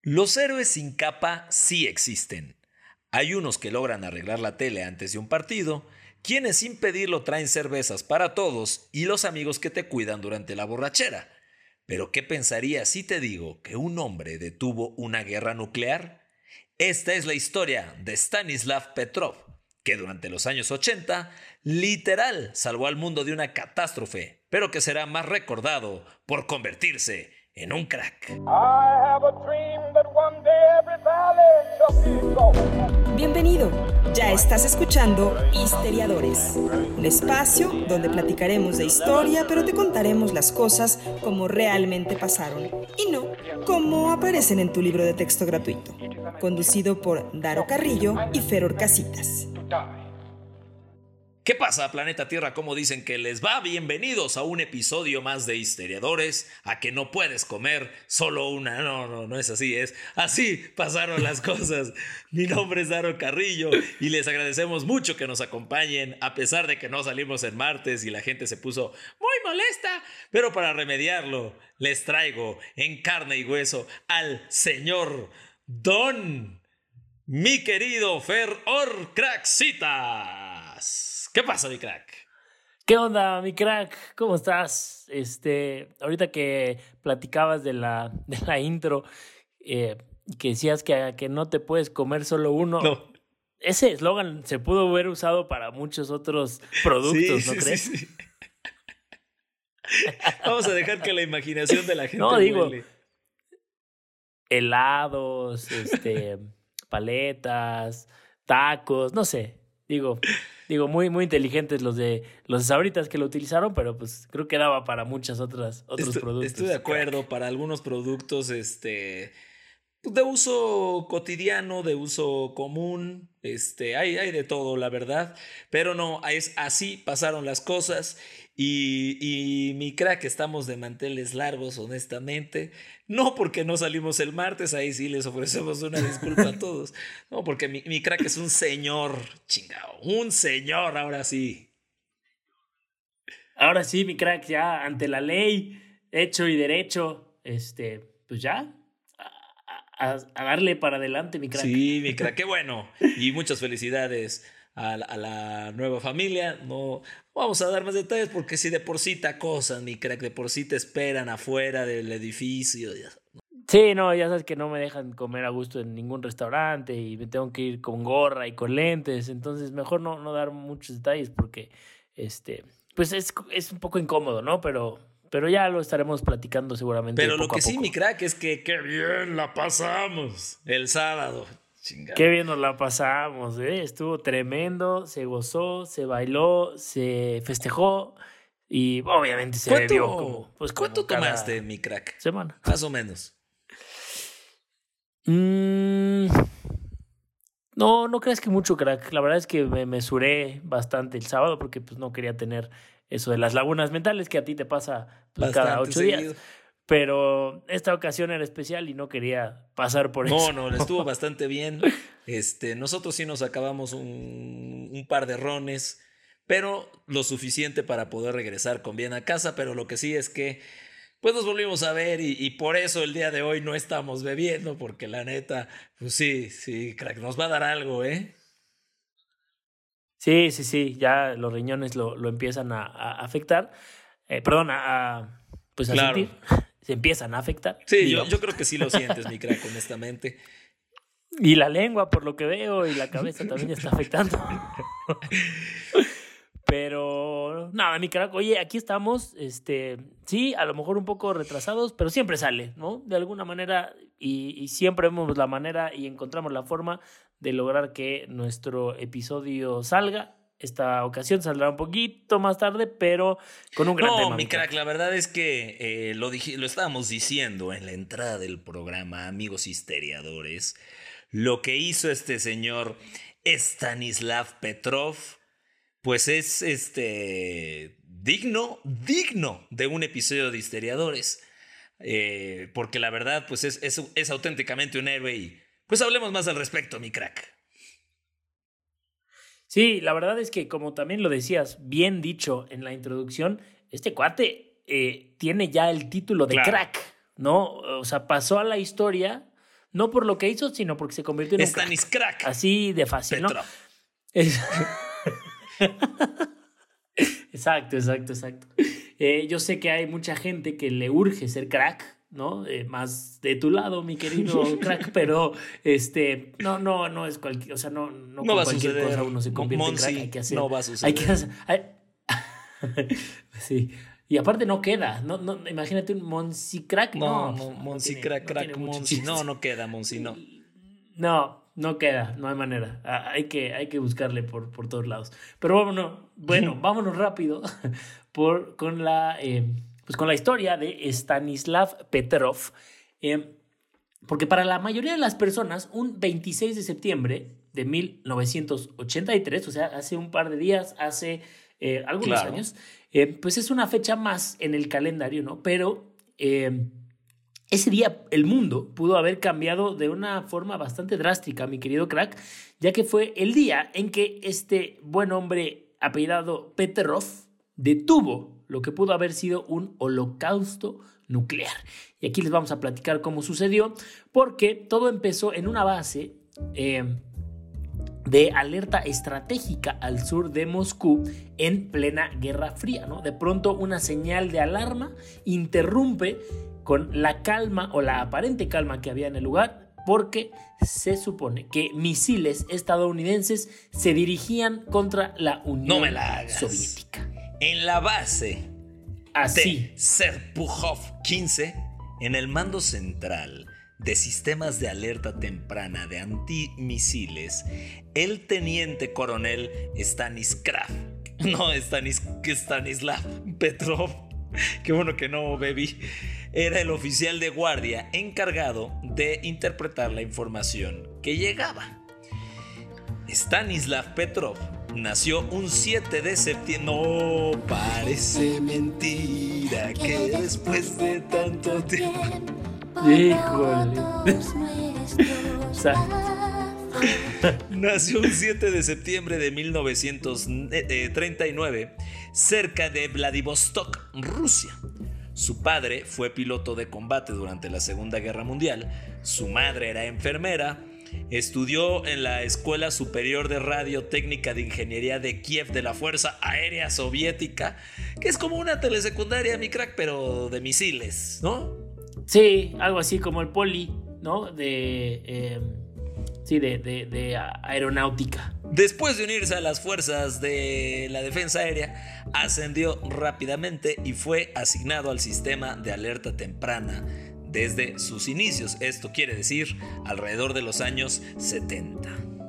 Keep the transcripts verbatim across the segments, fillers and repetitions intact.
Los héroes sin capa sí existen. Hay unos que logran arreglar la tele antes de un partido, quienes sin pedirlo traen cervezas para todos y los amigos que te cuidan durante la borrachera. Pero ¿qué pensarías si te digo que un hombre detuvo una guerra nuclear? Esta es la historia de Stanislav Petrov, que durante los años ochenta literal salvó al mundo de una catástrofe, pero que será más recordado por convertirse en un crack. Bienvenido, ya estás escuchando Historiadores, un espacio donde platicaremos de historia, pero te contaremos las cosas como realmente pasaron y no como aparecen en tu libro de texto gratuito. Conducido por Daro Carrillo y Feror Casitas. ¿Qué pasa, planeta Tierra? ¿Cómo dicen que les va? Bienvenidos a un episodio más de Historiadores, a que no puedes comer solo una. No, no, no es así, es así pasaron las cosas. Mi nombre es Daro Carrillo y les agradecemos mucho que nos acompañen, a pesar de que no salimos el martes y la gente se puso muy molesta. Pero para remediarlo, les traigo en carne y hueso al señor Don, mi querido Feror Craxitas. ¿Qué pasa, mi crack? ¿Qué onda, mi crack? ¿Cómo estás? Este, ahorita que platicabas de la, de la intro, eh, que decías que, que no te puedes comer solo uno. No. Ese eslogan se pudo haber usado para muchos otros productos, sí, ¿no sí, crees? Sí, sí. Vamos a dejar que la imaginación de la gente No, digo, huele. Helados, este, paletas, tacos, no sé. Digo, digo muy, muy inteligentes los de los de Sabritas que lo utilizaron, pero pues creo que daba para muchas otras otros estoy, productos. Estoy de acuerdo, crack. Para algunos productos este de uso cotidiano, de uso común, este hay, hay de todo, la verdad, pero no, es así pasaron las cosas. Y, y mi crack, estamos de manteles largos, honestamente. No porque no salimos el martes, ahí sí les ofrecemos una disculpa a todos. No, porque mi, mi crack es un señor, chingao, un señor, ahora sí. Ahora sí, mi crack, ya ante la ley, hecho y derecho, este, pues ya, a, a, a darle para adelante, mi crack. Sí, mi crack, qué bueno. Y muchas felicidades a la, a la nueva familia. No vamos a dar más detalles porque si de por sí te acosan, mi crack, de por sí te esperan afuera del edificio. Sí, no, ya sabes que no me dejan comer a gusto en ningún restaurante y me tengo que ir con gorra y con lentes, entonces mejor no, no dar muchos detalles porque este, pues es, es un poco incómodo, ¿no? Pero, pero ya lo estaremos platicando seguramente. Pero poco lo que a poco. Sí, mi crack, es que qué bien la pasamos el sábado. Chingado. Qué bien nos la pasamos, ¿eh? Estuvo tremendo, se gozó, se bailó, se festejó y obviamente se bebió como, pues, como ¿Cuánto tomaste, mi crack? Semana. Más o menos. Mm, no, no creas que mucho, crack. La verdad es que me mesuré bastante el sábado porque pues no quería tener eso de las lagunas mentales que a ti te pasa pues, cada ocho seguido. días. Pero esta ocasión era especial y no quería pasar por no, eso. No, no, estuvo bastante bien. Este, nosotros sí nos acabamos un, un par de rones, pero lo suficiente para poder regresar con bien a casa. Pero lo que sí es que pues nos volvimos a ver y, y por eso el día de hoy no estamos bebiendo, porque la neta, pues sí, sí, crack, nos va a dar algo, ¿eh? Sí, sí, sí, ya los riñones lo, lo empiezan a, a afectar, eh, perdón, a, a, pues a claro. sentir, se empiezan a afectar. Sí, yo, yo creo que sí lo sientes, mi crack, honestamente. Y la lengua, por lo que veo, y la cabeza también ya está afectando. Pero nada, mi crack, oye, aquí estamos, este, sí, a lo mejor un poco retrasados, pero siempre sale, ¿no? De alguna manera, y, y siempre vemos la manera y encontramos la forma de lograr que nuestro episodio salga. Esta ocasión saldrá un poquito más tarde, pero con un gran no, tema. No, mi crack, crack, la verdad es que eh, lo, dij- lo estábamos diciendo en la entrada del programa, amigos historiadores, lo que hizo este señor Stanislav Petrov, pues es este digno, digno de un episodio de Historiadores. Eh, porque la verdad, pues es, es, es auténticamente un héroe y pues hablemos más al respecto, mi crack. Sí, la verdad es que como también lo decías, bien dicho en la introducción, este cuate eh, tiene ya el título de claro. crack, ¿no? O sea, pasó a la historia No por lo que hizo, sino porque se convirtió en un Stanis crack. crack. Así de fácil, Petrov. ¿no? Es... Exacto, exacto, exacto. Eh, yo sé que hay mucha gente que le urge ser crack, ¿no? Eh, más de tu lado, mi querido crack, pero este, no, no, no es cualquier, o sea, no, no, No con va a cualquier suceder. cosa uno se convierte Monsi, en crack, hay que hacer, no va a suceder. hay que hacer, hay- sí, y aparte no queda, no, no, imagínate un Monsi crack, No, no, no, no Monsi, tiene- crack, no crack, tiene mucho Monsi. chiste. No, no queda, Monsi, no. No, no queda, no hay manera. Ah, Hay que, hay que buscarle por, por todos lados. Pero vámonos, bueno, vámonos rápido por, con, la, eh, pues con la historia de Stanislav Petrov. Eh, porque para la mayoría de las personas, un veintiséis de septiembre de mil novecientos ochenta y tres, o sea, hace un par de días, hace eh, algunos Claro. años, eh, pues es una fecha más en el calendario, ¿no? Pero... Eh, ese día el mundo pudo haber cambiado de una forma bastante drástica, mi querido crack, ya que fue el día en que este buen hombre apellidado Petrov detuvo lo que pudo haber sido un holocausto nuclear. Y aquí les vamos a platicar cómo sucedió, porque todo empezó en una base eh, de alerta estratégica al sur de Moscú en plena Guerra Fría, ¿no? De pronto una señal de alarma interrumpe con la calma o la aparente calma que había en el lugar, porque se supone que misiles estadounidenses se dirigían contra la Unión No me la hagas. Soviética. En la base Así. de Serpukhov quince, en el mando central de sistemas de alerta temprana de antimisiles, el teniente coronel Stanislav, no, Stanis, Stanislav Petrov, qué bueno que no bebí, era el oficial de guardia encargado de interpretar la información que llegaba. Stanislav Petrov nació un siete de septiembre. No parece mentira que después de tanto tiempo. Híjole. O sea, Nació un siete de septiembre de mil novecientos treinta y nueve cerca de Vladivostok, Rusia. Su padre fue piloto de combate durante la Segunda Guerra Mundial. Su madre era enfermera. Estudió en la Escuela Superior de Radiotécnica de Ingeniería de Kiev de la Fuerza Aérea Soviética, que es como una telesecundaria, mi crack, pero de misiles, ¿no? sí, algo así como el poli, ¿no? De, eh, sí, de, de, de aeronáutica. Después de unirse a las fuerzas de la defensa aérea, ascendió rápidamente y fue asignado al sistema de alerta temprana desde sus inicios. Esto quiere decir alrededor de los años setenta.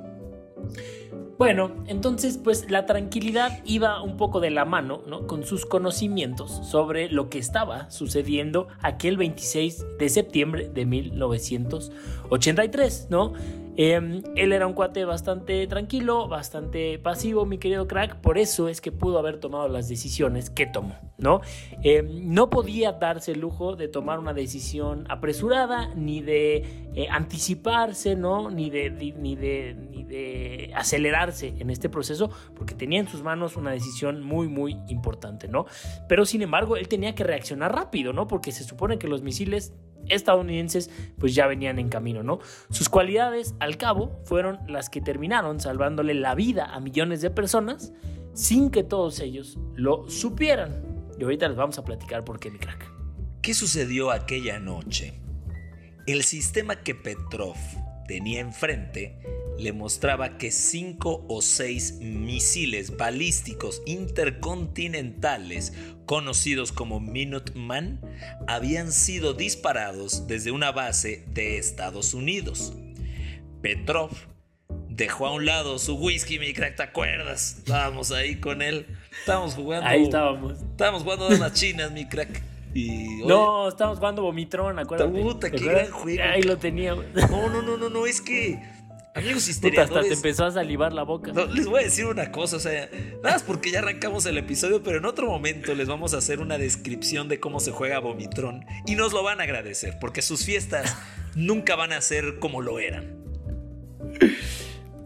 Bueno, entonces pues la tranquilidad iba un poco de la mano, ¿no? Con sus conocimientos sobre lo que estaba sucediendo aquel veintiséis de septiembre de mil novecientos ochenta y tres, ¿no? Eh, él era un cuate bastante tranquilo, bastante pasivo, mi querido crack. Por eso es que pudo haber tomado las decisiones que tomó, ¿no? Eh, no podía darse el lujo de tomar una decisión apresurada, ni de eh, anticiparse, ¿no? Ni de, ni, ni de, ni de acelerarse en este proceso, porque tenía en sus manos una decisión muy, muy importante, ¿no? Pero sin embargo, él tenía que reaccionar rápido, ¿no? Porque se supone que los misiles estadounidenses pues ya venían en camino, ¿no? Sus cualidades al cabo fueron las que terminaron salvándole la vida a millones de personas sin que todos ellos lo supieran. Y ahorita les vamos a platicar por qué, mi crack. ¿Qué sucedió aquella noche? El sistema que Petrov tenía enfrente le mostraba que cinco o seis misiles balísticos intercontinentales, conocidos como Minuteman, habían sido disparados desde una base de Estados Unidos. Petrov dejó a un lado su whisky, mi crack, ¿te acuerdas? Estábamos ahí con él, estábamos jugando. Ahí estábamos. Estábamos jugando de las chinas, mi crack. Y, oye, No, estábamos jugando Vomitron, acuérdate. Puta, qué ¿Te acuerdas? gran juego. Ahí lo teníamos. No, no, no, no, no, es que, amigos Puta, historiadores, hasta te empezó a salivar la boca. no, les voy a decir una cosa, o sea, nada más porque ya arrancamos el episodio, pero en otro momento les vamos a hacer una descripción de cómo se juega Vomitron y nos lo van a agradecer, porque sus fiestas nunca van a ser como lo eran.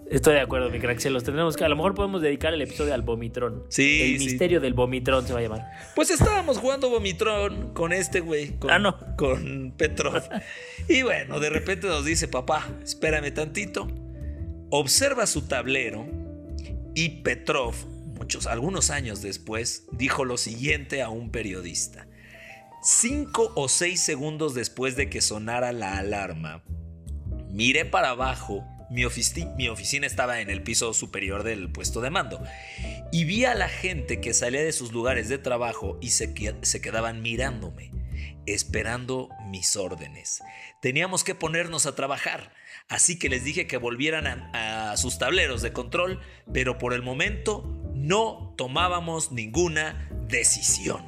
Estoy de acuerdo, mi crack. Se los tendremos que. A lo mejor podemos dedicar el episodio al Vomitrón. Sí. El sí. misterio del Vomitrón se va a llamar. Pues estábamos jugando Vomitrón con este güey. Con, ah, no. Con Petrov. Y bueno, de repente nos dice: papá, espérame tantito. Observa su tablero. Y Petrov, muchos, algunos años después, dijo lo siguiente a un periodista. Cinco o seis segundos después de que sonara la alarma, miré para abajo. Mi, ofici- mi oficina estaba en el piso superior del puesto de mando y vi a la gente que salía de sus lugares de trabajo y se, que- se quedaban mirándome, esperando mis órdenes. Teníamos que ponernos a trabajar, así que les dije que volvieran a, a sus tableros de control, pero por el momento no tomábamos ninguna decisión.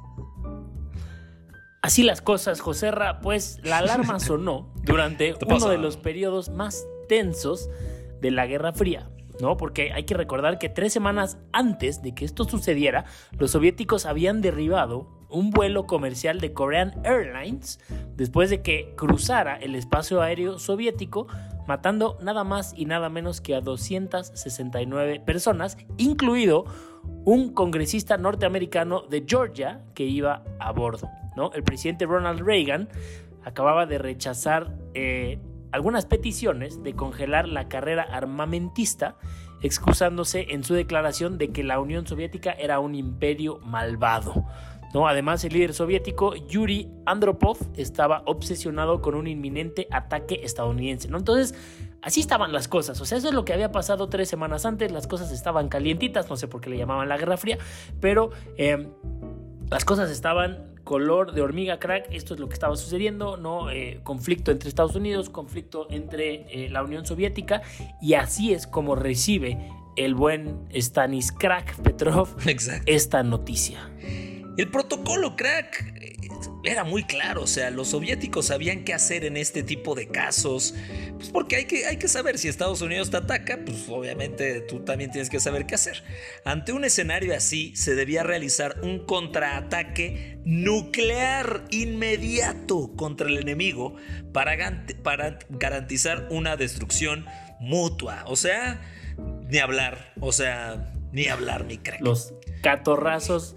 Así las cosas, Joserra, pues la alarma sonó durante uno de los periodos más tensos de la Guerra Fría, ¿no? Porque hay que recordar que tres semanas antes de que esto sucediera, los soviéticos habían derribado un vuelo comercial de Korean Airlines después de que cruzara el espacio aéreo soviético, matando nada más y nada menos que a doscientas sesenta y nueve personas, incluido un congresista norteamericano de Georgia que iba a bordo, ¿no? El presidente Ronald Reagan acababa de rechazar eh, algunas peticiones de congelar la carrera armamentista, excusándose en su declaración de que la Unión Soviética era un imperio malvado, ¿no? Además, el líder soviético Yuri Andropov estaba obsesionado con un inminente ataque estadounidense, ¿no? Entonces, así estaban las cosas. O sea, eso es lo que había pasado tres semanas antes. Las cosas estaban calientitas, no sé por qué le llamaban la Guerra Fría, pero eh, las cosas estaban color de hormiga, crack. Esto es lo que estaba sucediendo, ¿no? Eh, conflicto entre Estados Unidos, conflicto entre eh, la Unión Soviética, y así es como recibe el buen Stanis Crack Petrov Exacto. esta noticia. El protocolo, crack, era muy claro. O sea, los soviéticos sabían qué hacer en este tipo de casos. Pues porque hay que, hay que saber si Estados Unidos te ataca, pues obviamente tú también tienes que saber qué hacer. Ante un escenario así, se debía realizar un contraataque nuclear inmediato contra el enemigo para, para garantizar una destrucción mutua. O sea, ni hablar. O sea, ni hablar, mi crack. Los catorrazos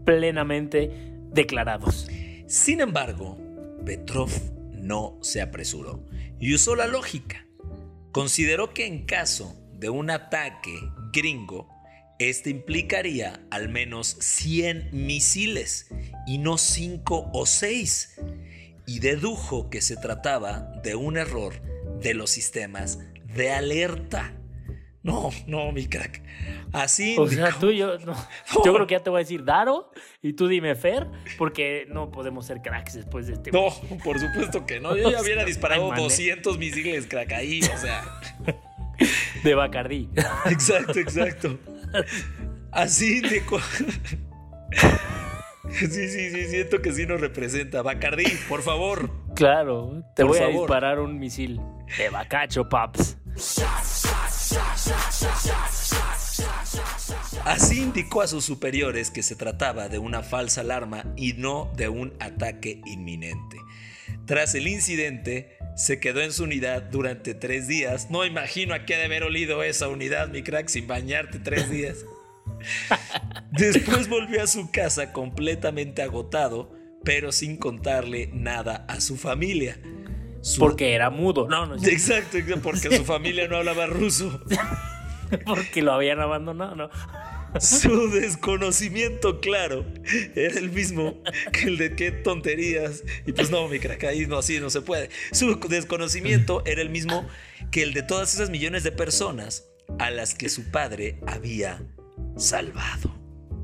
plenamente declarados. Sin embargo, Petrov no se apresuró y usó la lógica. Consideró que en caso de un ataque gringo, este implicaría al menos cien misiles y no cinco o seis, y dedujo que se trataba de un error de los sistemas de alerta. No, no, mi crack. Así. O sea, tú y yo, no. Yo creo que ya te voy a decir Daro y tú dime Fer, porque no podemos ser cracks después de este. No, por supuesto que no. Yo ya hubiera disparado Ay, doscientos misiles, crack, ahí, o sea. De Bacardí. Exacto, exacto. Así de. Sí, sí, sí, siento que sí nos representa. Bacardí, por favor. Claro, te por voy favor. a disparar un misil de bacacho, paps. Así indicó a sus superiores que se trataba de una falsa alarma y no de un ataque inminente. Tras el incidente, se quedó en su unidad durante tres días. No imagino a qué ha de haber olido esa unidad, mi crack, sin bañarte tres días. Después volvió a su casa completamente agotado, pero sin contarle nada a su familia. Su... Porque era mudo. No, no. Exacto, porque su familia no hablaba ruso. Porque lo habían abandonado, ¿no? Su desconocimiento, claro, era el mismo que el de qué tonterías. Y pues no, mi crack, ahí no, así no se puede. Su desconocimiento era el mismo que el de todas esas millones de personas a las que su padre había salvado.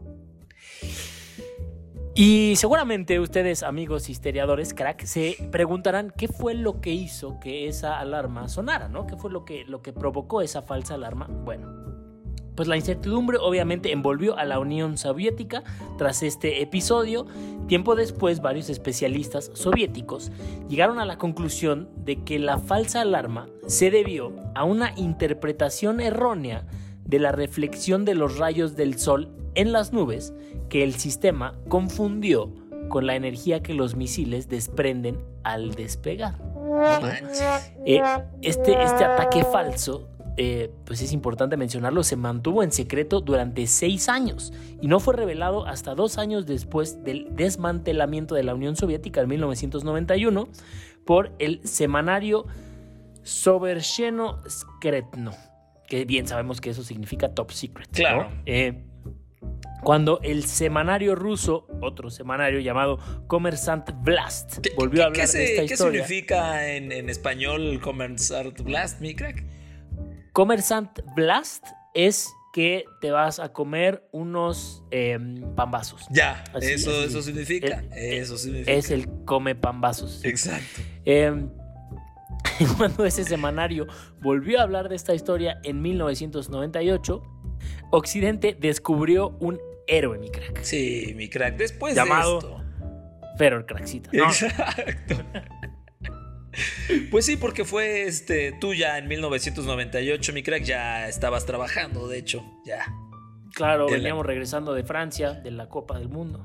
Y seguramente ustedes, amigos histeriadores, crack, se preguntarán qué fue lo que hizo que esa alarma sonara, ¿no? ¿Qué fue lo que, lo que provocó esa falsa alarma? Bueno, pues la incertidumbre obviamente envolvió a la Unión Soviética tras este episodio. Tiempo después, varios especialistas soviéticos llegaron a la conclusión de que la falsa alarma se debió a una interpretación errónea de la reflexión de los rayos del sol en las nubes que el sistema confundió con la energía que los misiles desprenden al despegar. No manches. Eh, este, este ataque falso eh, pues es importante mencionarlo, se mantuvo en secreto durante seis años y no fue revelado hasta dos años después del desmantelamiento de la Unión Soviética en mil novecientos noventa y uno por el semanario Sovershcheno Skretno, que bien sabemos que eso significa top secret, ¿no? Claro. Eh, cuando el semanario ruso, otro semanario llamado Kommersant Blast, volvió a hablar ¿Qué, de esta ¿qué historia. significa en, en español Kommersant Blast, mi crack? Kommersant Blast es que te vas a comer unos eh, pambazos. Ya, Así, eso, así. eso significa. El- eso significa. Es el come pambazos. Exacto. Eh, cuando ese semanario volvió a hablar de esta historia en mil novecientos noventa y ocho, Occidente descubrió un héroe, mi crack. Sí, mi crack. Después Llamado- de esto. Ferrer Crackcita. ¿no? Exacto. Pues sí, porque fue este, tú ya en mil novecientos noventa y ocho, mi crack, ya estabas trabajando, de hecho, ya. Claro, El- veníamos regresando de Francia, de la Copa del Mundo.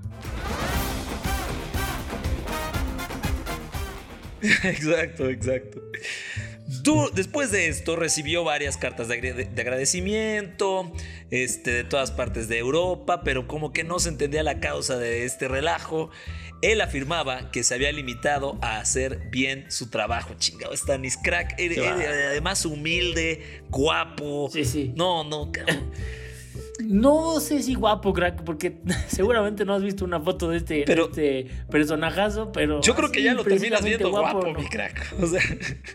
Exacto, exacto. Du- después de esto recibió varias cartas de, agre- de agradecimiento este, de todas partes de Europa, pero como que no se entendía la causa de este relajo. Él afirmaba que se había limitado a hacer bien su trabajo. Chingado, Stanis Crack, era- Claro. era además humilde, guapo. Sí, sí. No, no, cabrón. No sé si guapo, crack, porque seguramente no has visto una foto de este, Pero- de este personajazo, pero... Yo creo que así, ya lo terminas precisamente viendo guapo, ¿no? mi crack. O sea,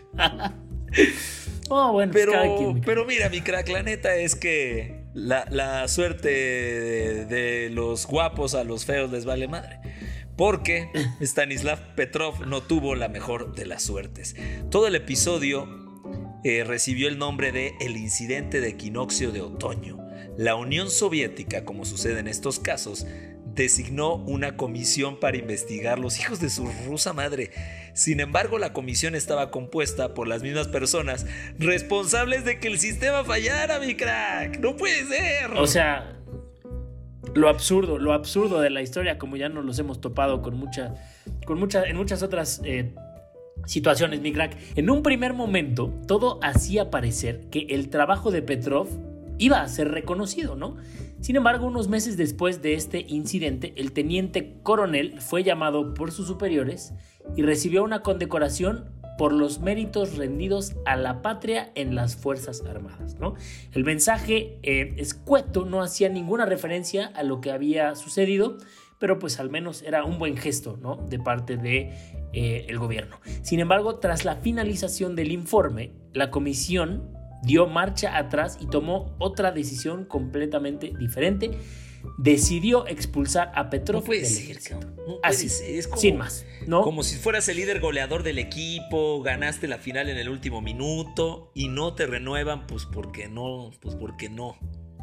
Oh, bueno, pues cada pero, quien, mi crack. pero mira, mi crack, la neta es que la, la suerte de, de los guapos a los feos les vale madre. Porque Stanislav Petrov no tuvo la mejor de las suertes. Todo el episodio eh, recibió el nombre de El Incidente de Equinoccio de Otoño. La Unión Soviética, como sucede en estos casos, designó una comisión para investigar los hijos de su rusa madre. Sin embargo, la comisión estaba compuesta por las mismas personas responsables de que el sistema fallara, mi crack. ¡No puede ser! O sea, lo absurdo, lo absurdo de la historia, como ya nos los hemos topado con mucha, con mucha, en muchas otras eh, situaciones, mi crack. En un primer momento, todo hacía parecer que el trabajo de Petrov iba a ser reconocido, ¿no? Sin embargo, unos meses después de este incidente, el teniente coronel fue llamado por sus superiores y recibió una condecoración por los méritos rendidos a la patria en las Fuerzas Armadas, ¿no? El mensaje eh, escueto no hacía ninguna referencia a lo que había sucedido, pero pues al menos era un buen gesto, ¿no? De parte de eh, el gobierno. Sin embargo, tras la finalización del informe, la comisión dio marcha atrás y tomó otra decisión completamente diferente. Decidió expulsar a Petrov No puede del ser, ejército. cabrón. No puede Así, ser, es como- sin más, ¿no? Como si fueras el líder goleador del equipo, ganaste la final en el último minuto y no te renuevan, pues porque no, pues porque no.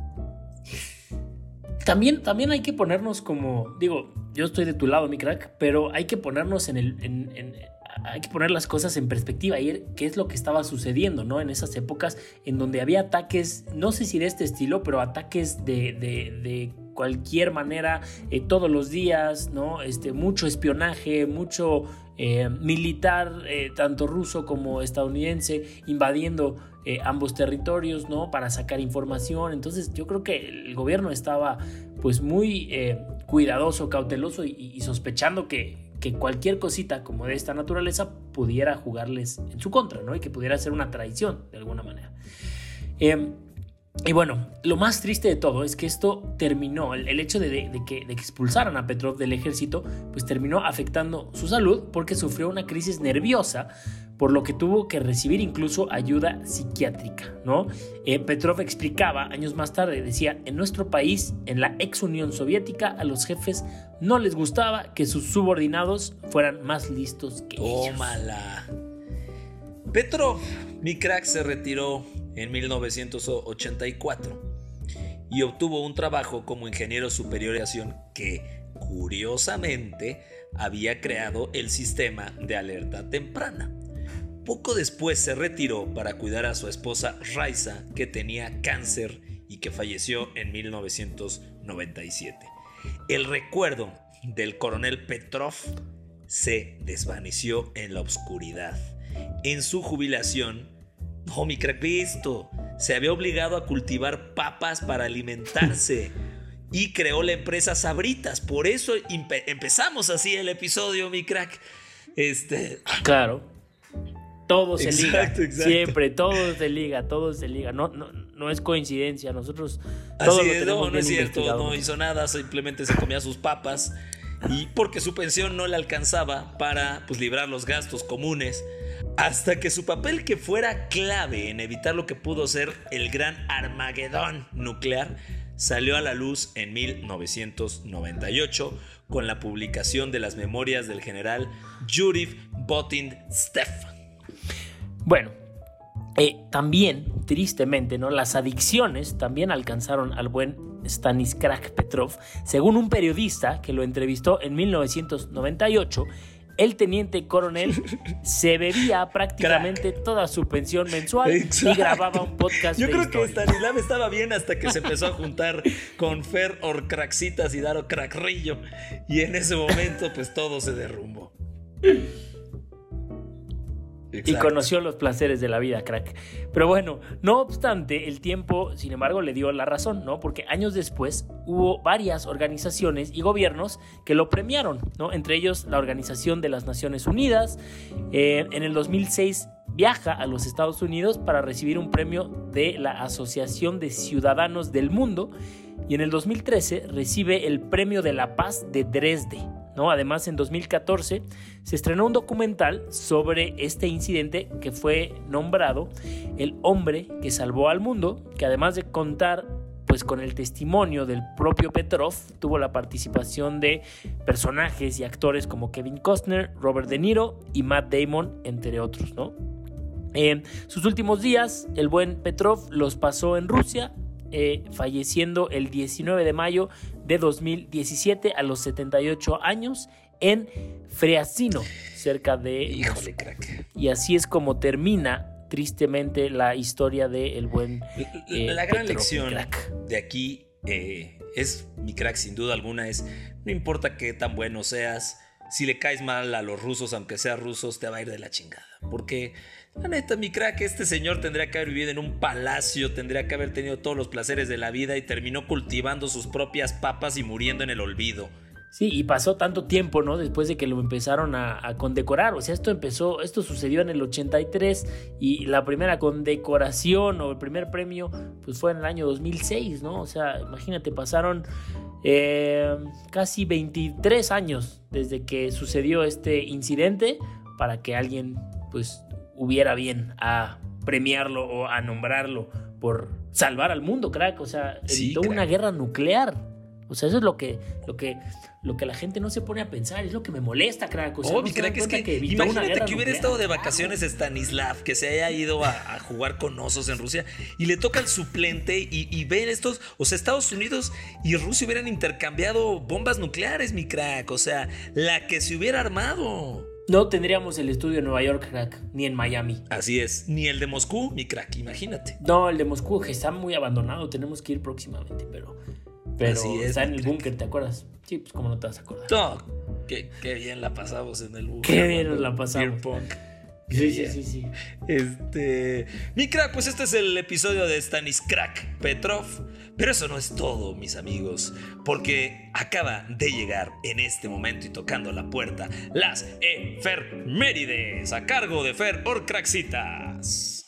También, también hay que ponernos como, digo, yo estoy de tu lado, mi crack, pero hay que ponernos en el, en, en, hay que poner las cosas en perspectiva y ver qué es lo que estaba sucediendo, ¿no? En esas épocas en donde había ataques, no sé si de este estilo, pero ataques de, de, de cualquier manera, eh, todos los días, ¿no? Este, mucho espionaje, mucho eh, militar, eh, tanto ruso como estadounidense, invadiendo eh, ambos territorios, ¿no? Para sacar información. Entonces yo creo que el gobierno estaba pues muy eh, cuidadoso, cauteloso y, y sospechando que, que cualquier cosita como de esta naturaleza pudiera jugarles en su contra, ¿no? Y que pudiera ser una traición de alguna manera. Eh, Y bueno, lo más triste de todo es que esto terminó, el, el hecho de, de, de, que, de que expulsaran a Petrov del ejército, pues terminó afectando su salud porque sufrió una crisis nerviosa, por lo que tuvo que recibir incluso ayuda psiquiátrica, ¿no? Eh, Petrov explicaba años más tarde, decía, en nuestro país, en la ex Unión Soviética, a los jefes no les gustaba que sus subordinados fueran más listos que ellos. Tómala. Petrov, mi crack, se retiró en mil novecientos ochenta y cuatro y obtuvo un trabajo como ingeniero superior de aviación que, curiosamente, había creado el sistema de alerta temprana. Poco después se retiró para cuidar a su esposa Raisa, que tenía cáncer y que falleció en mil novecientos noventa y siete. El recuerdo del coronel Petrov se desvaneció en la oscuridad. En su jubilación, No, mi crack, ve esto. Se había obligado a cultivar papas para alimentarse y creó la empresa Sabritas. Por eso impe- empezamos así el episodio, mi crack. Este... Claro. Todo se Exacto, liga. exacto. Siempre, todo se liga, todo se liga. No, no, no es coincidencia. Nosotros Así todo lo es, tenemos no, no bien es cierto, investigado. no hizo nada, simplemente se comía sus papas y porque su pensión no le alcanzaba para pues librar los gastos comunes, hasta que su papel, que fuera clave en evitar lo que pudo ser el gran Armagedón nuclear, salió a la luz en mil novecientos noventa y ocho con la publicación de las memorias del general Jurij Bottin-Stef. Bueno, eh, también, tristemente, ¿no? Las adicciones también alcanzaron al buen Stanis Krak Petrov. Según un periodista que lo entrevistó en mil novecientos noventa y ocho, el teniente coronel se bebía prácticamente Crack. toda su pensión mensual. Exacto. Y grababa un podcast. Yo de creo historia. que Stanislav estaba bien hasta que se empezó a juntar con Fer Orcraxitas y Daro Cracrillo. Y en ese momento, pues todo se derrumbó. Exacto. Y conoció los placeres de la vida, crack. Pero bueno, no obstante, el tiempo, sin embargo, le dio la razón, ¿no? Porque años después hubo varias organizaciones y gobiernos que lo premiaron, ¿no? Entre ellos la Organización de las Naciones Unidas. Eh, en el dos mil seis viaja a los Estados Unidos para recibir un premio de la Asociación de Ciudadanos del Mundo. Y en el dos mil trece recibe el Premio de la Paz de Dresde, ¿no? Además, en dos mil catorce se estrenó un documental sobre este incidente que fue nombrado El hombre que salvó al mundo, que además de contar pues, con el testimonio del propio Petrov, tuvo la participación de personajes y actores como Kevin Costner, Robert De Niro y Matt Damon, entre otros, ¿no? En sus últimos días, el buen Petrov los pasó en Rusia, Eh, falleciendo el diecinueve de mayo de dos mil diecisiete a los setenta y ocho años en Friasino, cerca de Híjole, crack. Y así es como termina tristemente la historia del buen eh, La gran Petrov, lección crack. de aquí eh, es, mi crack, sin duda alguna, es no importa qué tan bueno seas, si le caes mal a los rusos, aunque seas rusos, te va a ir de la chingada. Porque la neta, mi crack, este señor tendría que haber vivido en un palacio, tendría que haber tenido todos los placeres de la vida y terminó cultivando sus propias papas y muriendo en el olvido. Sí, y pasó tanto tiempo, ¿no? Después de que lo empezaron a, a condecorar. O sea, esto empezó, esto sucedió en el ochenta y tres y la primera condecoración o el primer premio pues fue en el año dos mil seis, ¿no? O sea, imagínate, pasaron eh, casi veintitrés años desde que sucedió este incidente para que alguien pues hubiera bien a premiarlo o a nombrarlo por salvar al mundo, crack. O sea, evitó sí, una guerra nuclear. O sea, eso es lo que, lo que, lo que la gente no se pone a pensar. Es lo que me molesta, crack. O sea, oh, no mi crack, es que, que imagínate que hubiera estado de vacaciones Stanislav, que se haya ido a, a jugar con osos en Rusia y le toca el suplente y, y ven estos, o sea, Estados Unidos y Rusia hubieran intercambiado bombas nucleares, mi crack. O sea, la que se hubiera armado. No tendríamos el estudio en Nueva York, crack, ni en Miami. Así es, ni el de Moscú, mi crack, imagínate. No, el de Moscú, que está muy abandonado, tenemos que ir próximamente, pero, pero Así es, está en el búnker, ¿te acuerdas? Sí, pues cómo no te vas a acordar. No, qué, qué bien la pasamos en el búnker. Qué bien nos la pasamos. Sí, sí, sí, sí. Este, mi crack, pues este es el episodio de Stanis Krak Petrov. Pero eso no es todo, mis amigos, porque acaba de llegar en este momento y tocando la puerta las efemérides a cargo de Fer Orcraxitas.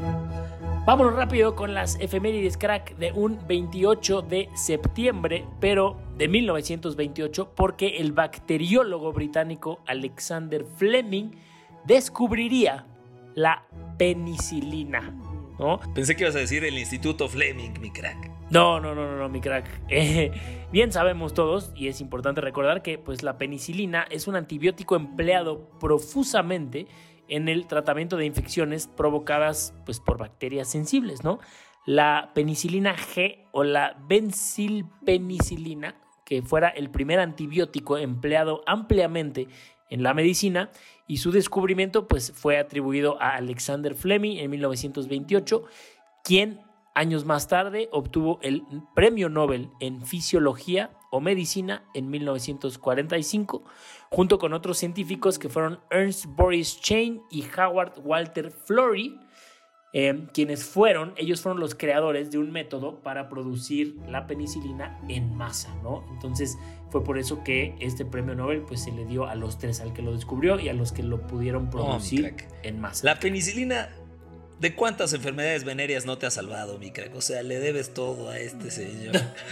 Vámonos rápido con las efemérides, crack, de un veintiocho de septiembre, pero de mil novecientos veintiocho, porque el bacteriólogo británico Alexander Fleming descubriría la penicilina, ¿no? Pensé que ibas a decir el Instituto Fleming, mi crack. No, no, no, no, no mi crack. Eh, bien sabemos todos, y es importante recordar que pues, la penicilina es un antibiótico empleado profusamente en el tratamiento de infecciones provocadas pues, por bacterias sensibles, ¿no? La penicilina G o la benzilpenicilina, que fuera el primer antibiótico empleado ampliamente en la medicina, y su descubrimiento pues, fue atribuido a Alexander Fleming en mil novecientos veintiocho, quien años más tarde obtuvo el Premio Nobel en Fisiología o Medicina en mil novecientos cuarenta y cinco, junto con otros científicos que fueron Ernst Boris Chain y Howard Walter Florey. eh, quienes fueron, ellos fueron los creadores de un método para producir la penicilina en masa, ¿no? Entonces fue por eso que este premio Nobel pues se le dio a los tres, al que lo descubrió y a los que lo pudieron producir oh, en masa. La penicilina, ¿de cuántas enfermedades venéreas no te ha salvado, mi crack? O sea, le debes todo a este señor.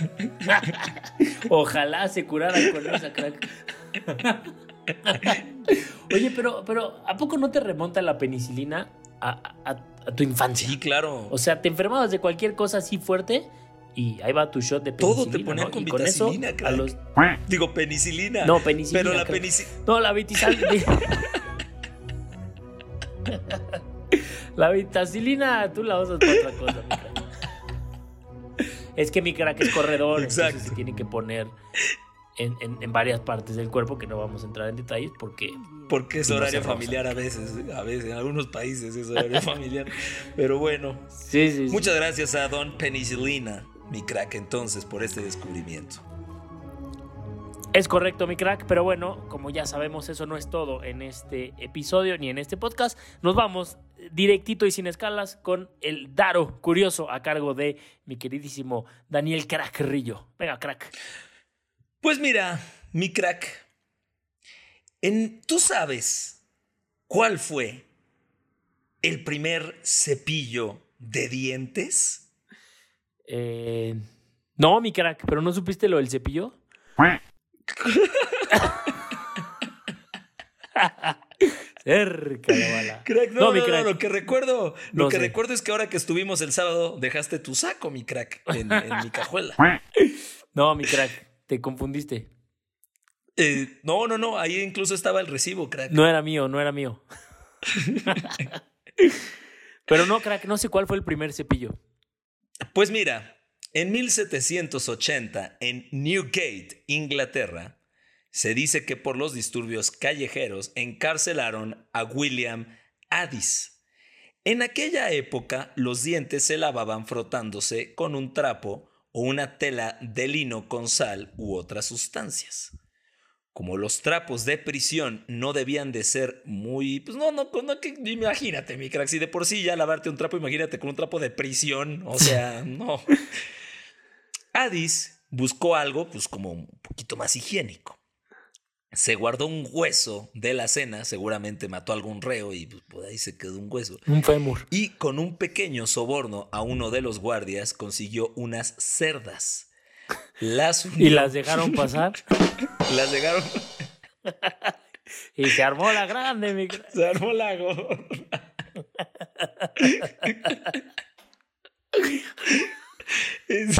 Ojalá se curara con esa, crack. Oye, pero, pero ¿a poco no te remonta la penicilina a, a, a tu infancia? Sí, claro. O sea, te enfermabas de cualquier cosa así fuerte y ahí va tu shot de penicilina. Todo te ponían, ¿no? Con y vitacilina, con eso, crack. A los... Digo, penicilina. No, penicilina. Pero la penicilina. No, la vitacilina. La vitacilina tú la usas para otra cosa, mi crack. Es que mi crack es corredor, exacto. Entonces se tiene que poner en, en, en varias partes del cuerpo que no vamos a entrar en detalles porque... Porque es horario familiar a veces, a veces, en algunos países es horario familiar. Pero bueno, sí, sí, sí. Muchas gracias a Don Penicilina, mi crack, entonces, por este descubrimiento. Es correcto, mi crack, pero bueno, como ya sabemos, eso no es todo en este episodio ni en este podcast. Nos vamos directito y sin escalas con el Daro Curioso a cargo de mi queridísimo Daniel Crackrillo. Venga, crack. Pues mira, mi crack, en, ¿tú sabes cuál fue el primer cepillo de dientes? Eh, no, mi crack, pero ¿no supiste lo del cepillo? Cerca la bala. Crack, no, no, mi crack. no, lo que recuerdo, lo no que sé. recuerdo es que ahora que estuvimos el sábado dejaste tu saco, mi crack, en, en mi cajuela. No, mi crack, te confundiste. Eh, no, no, no, ahí incluso estaba el recibo, crack. No era mío, no era mío. Pero no, crack, no sé cuál fue el primer cepillo. Pues mira, en mil setecientos ochenta, en Newgate, Inglaterra, se dice que por los disturbios callejeros encarcelaron a William Addis. En aquella época, los dientes se lavaban frotándose con un trapo o una tela de lino con sal u otras sustancias. Como los trapos de prisión no debían de ser muy... Pues no, no, no, que, imagínate, mi crack, si de por sí ya lavarte un trapo, imagínate con un trapo de prisión, o sea, no. Addis buscó algo, pues como un poquito más higiénico. Se guardó un hueso de la cena, seguramente mató a algún reo y pues, por ahí se quedó un hueso. Un fémur. Y con un pequeño soborno a uno de los guardias consiguió unas cerdas. Las unió. ¿Y las dejaron pasar? Las dejaron. Y se armó la grande, mi... Se armó la gorra. Es...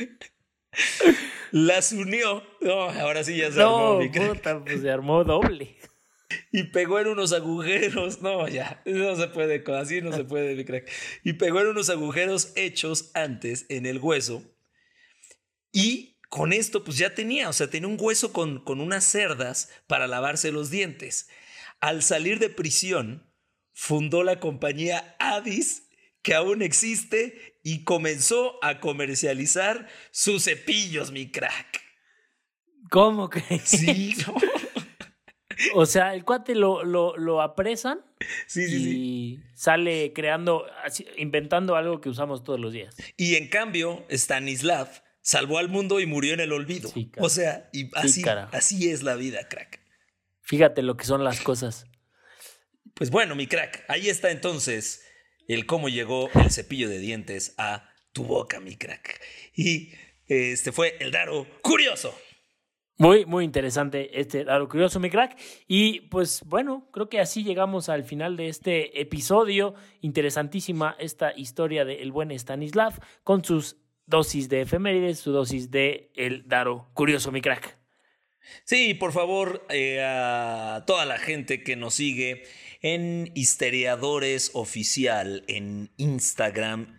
Las unió. No, ahora sí ya se no, armó. Mi puta, pues se armó doble. Y pegó en unos agujeros. No, ya. No se puede. Así no se puede, mi crack. Y pegó en unos agujeros hechos antes en el hueso. Y con esto, pues ya tenía. O sea, tenía un hueso con, con unas cerdas para lavarse los dientes. Al salir de prisión, fundó la compañía Addis, que aún existe, y comenzó a comercializar sus cepillos, mi crack. ¿Cómo que? Sí, no. O sea, el cuate lo, lo, lo apresan sí, sí, y sí. sale creando, inventando algo que usamos todos los días. Y en cambio, Stanislav salvó al mundo y murió en el olvido. Sí, o sea, y así, sí, así es la vida, crack. Fíjate lo que son las cosas. Pues bueno, mi crack, ahí está entonces el cómo llegó el cepillo de dientes a tu boca, mi crack. Y este fue el Daro Curioso. Muy, muy interesante este Daro Curioso, mi crack. Y pues bueno, creo que así llegamos al final de este episodio. Interesantísima esta historia del buen Stanislav con sus dosis de efemérides, su dosis de el Daro Curioso, mi crack. Sí, por favor, eh, a toda la gente que nos sigue en Histeriadores Oficial en Instagram y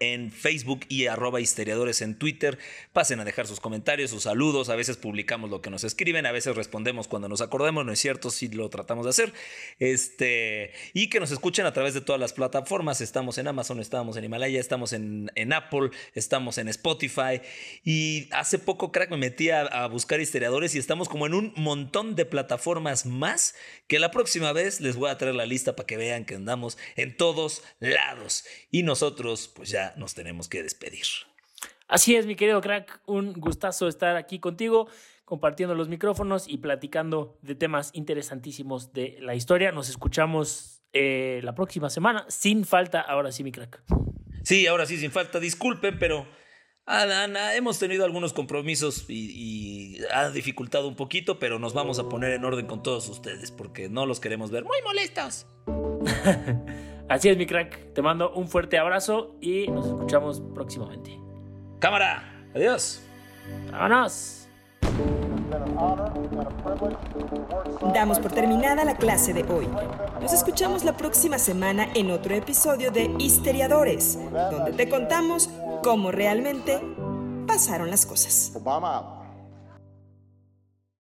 en Facebook y arroba Histeriadores en Twitter. Pasen a dejar sus comentarios, sus saludos. A veces publicamos lo que nos escriben, a veces respondemos cuando nos acordemos, no es cierto, sí lo tratamos de hacer. Este, y que nos escuchen a través de todas las plataformas. Estamos en Amazon, estamos en Himalaya, estamos en, en Apple, estamos en Spotify. Y hace poco, crack, me metí a, a buscar Histeriadores y estamos como en un montón de plataformas más, que la próxima vez les voy a traer la lista para que vean que andamos en todos lados. Y nosotros pues ya nos tenemos que despedir. Así es, mi querido crack, un gustazo estar aquí contigo, compartiendo los micrófonos y platicando de temas interesantísimos de la historia. Nos escuchamos eh, la próxima semana, sin falta, ahora sí, mi crack. Sí, ahora sí, sin falta, disculpen, pero Ana, hemos tenido algunos compromisos y, y ha dificultado un poquito, pero nos vamos a poner en orden con todos ustedes, porque no los queremos ver muy molestos. Así es, mi crack. Te mando un fuerte abrazo y nos escuchamos próximamente. Cámara, adiós. ¡Vámonos! Damos por terminada la clase de hoy. Nos escuchamos la próxima semana en otro episodio de Histeriadores, donde te contamos cómo realmente pasaron las cosas. Obama.